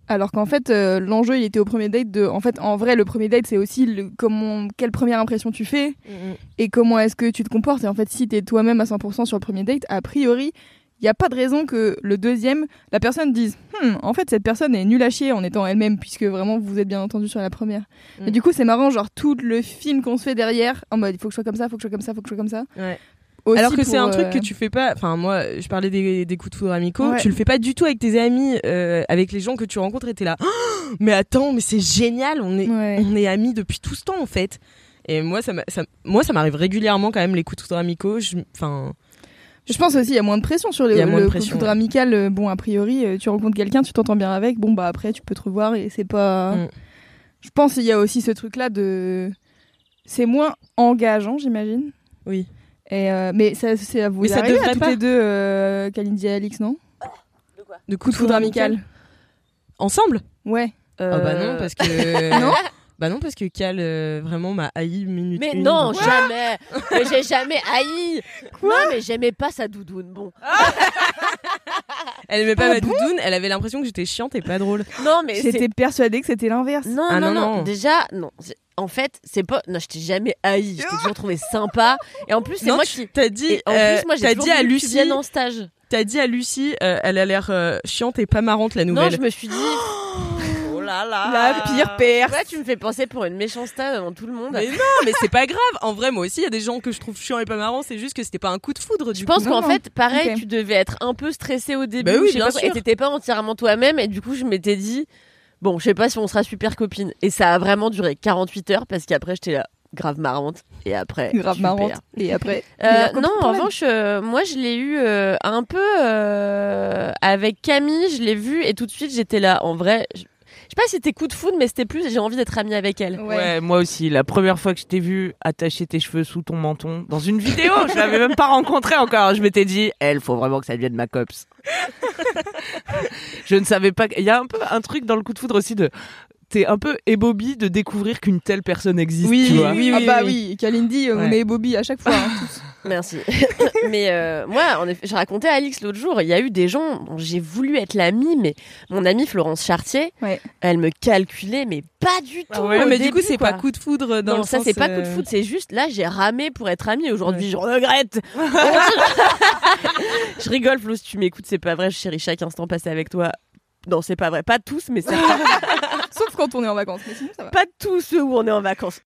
Alors qu'en fait, l'enjeu, il était au premier date en fait, en vrai, le premier date, c'est aussi quelle première impression tu fais et comment est-ce que tu te comportes. Et en fait, si t'es toi-même à 100% sur le premier date, a priori, il n'y a pas de raison que le deuxième, la personne dise en fait, cette personne est nulle à chier en étant elle-même, puisque vraiment, vous êtes bien entendu sur la première. Mais du coup, c'est marrant, genre, tout le film qu'on se fait derrière, en mode, il faut que je sois comme ça, faut que je sois comme ça, faut que je sois comme ça. Ouais. Aussi alors que c'est un truc que tu fais pas. Enfin, moi, je parlais des coups de foudre amicaux. Ouais. Tu le fais pas du tout avec tes amis, avec les gens que tu rencontres. Et t'es là. Oh, mais attends, mais c'est génial. On est amis depuis tout ce temps en fait. Et moi, ça m'arrive régulièrement quand même les coups de foudre amicaux. Je pense aussi il y a moins de pression sur le coup de foudre amical. Bon, a priori, tu rencontres quelqu'un, tu t'entends bien avec. Bon, bah après, tu peux te revoir et c'est pas. Je pense qu'il y a aussi ce truc-là de. C'est moins engageant, j'imagine. Oui. Et mais ça vous mais ça arrive devrait à toutes pas. les deux, Kalindi et Alix, non? De quoi? De coup de foudre amical. Ensemble? Ouais. Bah non, parce que non. Bah non, parce que Cal vraiment m'a haï minute. Mais non, jamais. Mais j'ai jamais haï. Quoi? Non, mais j'aimais pas sa doudoune. Bon. Elle aimait pas ma doudoune. Elle avait l'impression que j'étais chiante et pas drôle. Non, mais j'étais persuadée que c'était l'inverse. Non. Déjà, non. En fait, c'est pas. Non, je t'ai jamais haï. Je t'ai toujours trouvé sympa. Et en plus, c'est moi qui. T'as dit. En plus, moi, j'ai dit à Lucie. Que tu viennes en stage. T'as dit à Lucie, elle a l'air chiante et pas marrante la nouvelle. Non, je me suis dit. Oh là là. La pire perse. Ouais, tu me fais penser pour une méchante star devant tout le monde. Mais non, mais c'est pas grave. En vrai, moi aussi, il y a des gens que je trouve chiants et pas marrants. C'est juste que c'était pas un coup de foudre. Je pense qu'en fait, pareil, tu devais être un peu stressée au début. Bah oui, bien sûr. Et t'étais pas entièrement toi-même. Et du coup, je m'étais dit. Bon, je sais pas si on sera super copines. Et ça a vraiment duré 48 heures parce qu'après, j'étais là, grave marrante. Et après, grave marrante. Et après non, en revanche, moi, je l'ai eu un peu avec Camille. Je l'ai vue et tout de suite, j'étais là. En vrai, je sais pas si c'était coup de foudre, mais c'était plus j'ai envie d'être amie avec elle. Ouais, moi aussi. La première fois que je t'ai vu attacher tes cheveux sous ton menton dans une vidéo, je l'avais même pas rencontrée encore. Je m'étais dit, elle, faut vraiment que ça devienne ma copse. Je ne savais pas. Il y a un peu un truc dans le coup de foudre aussi de. T'es un peu ébobie de découvrir qu'une telle personne existe. Oui, tu vois. Oui. Kalindi, on est ébobie à chaque fois. Tous. Merci. Mais moi, en effet, je racontais à Alix l'autre jour, il y a eu des gens dont j'ai voulu être l'amie, mais mon amie Florence Chartier, elle me calculait, mais pas du tout. Mais début, du coup, c'est quoi. pas coup de foudre dans non, le ça, sens, c'est pas coup de foudre, c'est juste là, j'ai ramé pour être amie. Aujourd'hui, je regrette. Je rigole, Flo, si tu m'écoutes, c'est pas vrai, je chéris chaque instant passé avec toi. Non, c'est pas vrai. Pas tous, mais certains. Sauf quand on est en vacances. Mais sinon, ça va. Pas tous ceux où on est en vacances.